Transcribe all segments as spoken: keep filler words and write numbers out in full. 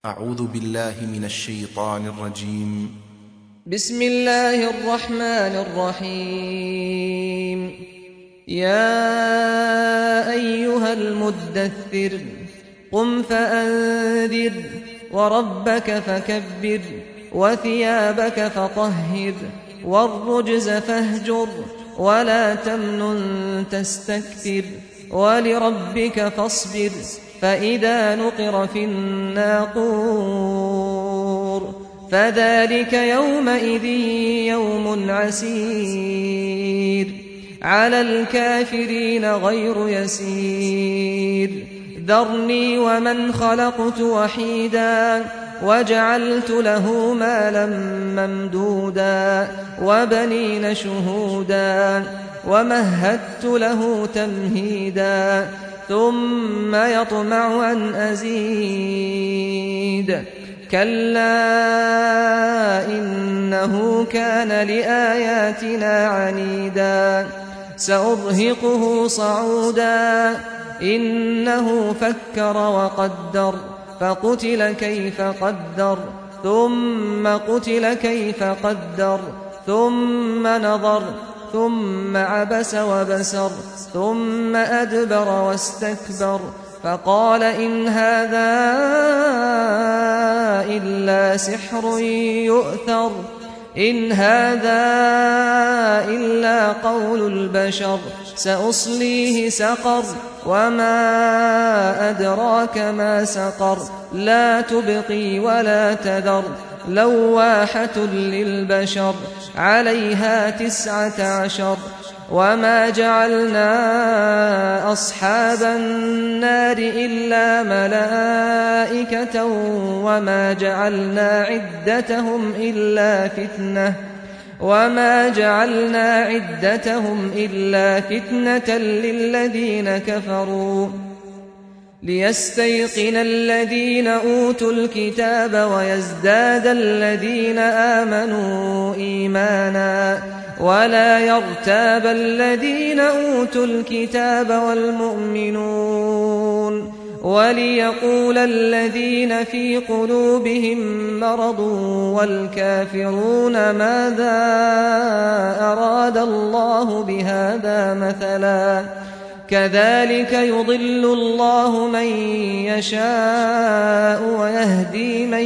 أعوذ بالله من الشيطان الرجيم. بسم الله الرحمن الرحيم. يا أيها المدثر قم فأنذر وربك فكبر وثيابك فطهر والرجز فاهجر ولا تمنن تستكثر ولربك فاصبر فإذا نقر في الناقور فذلك يومئذ يوم عسير على الكافرين غير يسير. ذرني ومن خلقت وحيدا وجعلت له مالا ممدودا وبنين شهودا ومهدت له تمهيدا ثم يطمع أن أزيد كلا إنه كان لآياتنا عنيدا سأرهقه صعودا إنه فكر وقدر فقتل كيف قدر ثم قتل كيف قدر ثم نظر ثم عبس وبسر ثم أدبر واستكبر فقال إن هذا إلا سحر يؤثر إن هذا إلا قول البشر سأصليه سقر وما أدراك ما سقر لا تبقي ولا تذر لواحة للبشر عليها تسعة عشر. وما جعلنا أصحاب النار إلا ملائكة وما جعلنا عدتهم إلا فتنة وما جعلنا عدتهم إلا فتنة للذين كفروا ليستيقن الذين أوتوا الكتاب ويزداد الذين آمنوا إيمانا ولا يرتاب الذين أوتوا الكتاب والمؤمنون وليقول الذين في قلوبهم مرض والكافرون ماذا أراد الله بهذا مثلا كذلك يضل الله من يشاء ويهدي من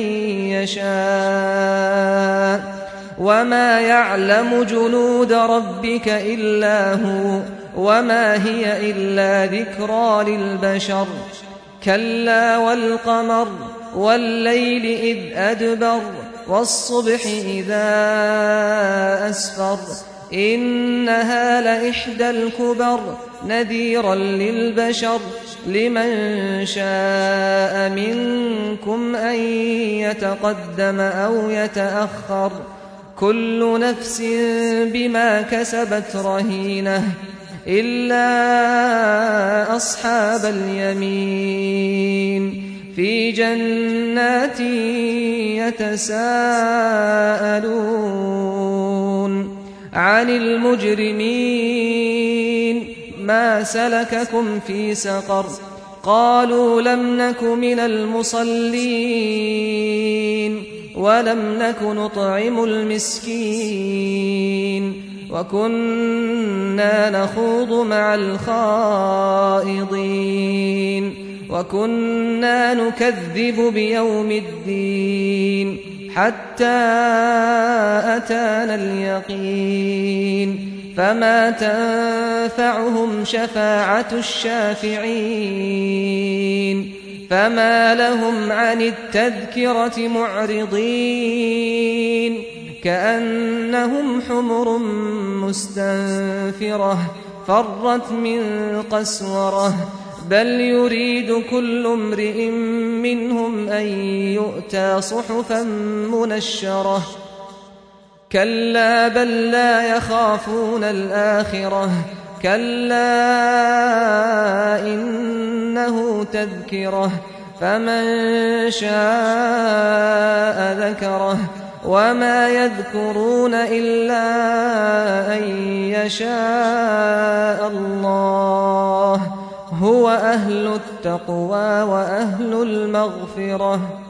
يشاء وما يعلم جنود ربك إلا هو وما هي إلا ذكرى للبشر. كلا والقمر والليل إذ أدبر والصبح إذا أسفر إنها لإحدى الكبر نذيرا للبشر لمن شاء منكم أن يتقدم أو يتأخر كل نفس بما كسبت رهينة إلا أصحاب اليمين في جنات يتساءلون عن المجرمين ما سلككم في سقر قالوا لم نك من المصلين ولم نك نطعم المسكين وكنا نخوض مع الخائضين وكنا نكذب بيوم الدين حتى أتانا اليقين فما تنفعهم شفاعة الشافعين فما لهم عن التذكرة معرضين كأنهم حمر مستنفرة فرت من قسورة بل يريد كل امرئ منهم أن يؤتى صحفا منشرة كلا بل لا يخافون الآخرة كلا إنه تذكرة فمن شاء ذكره وما يذكرون إلا أن يشاء الله هو أهل التقوى وأهل المغفرة.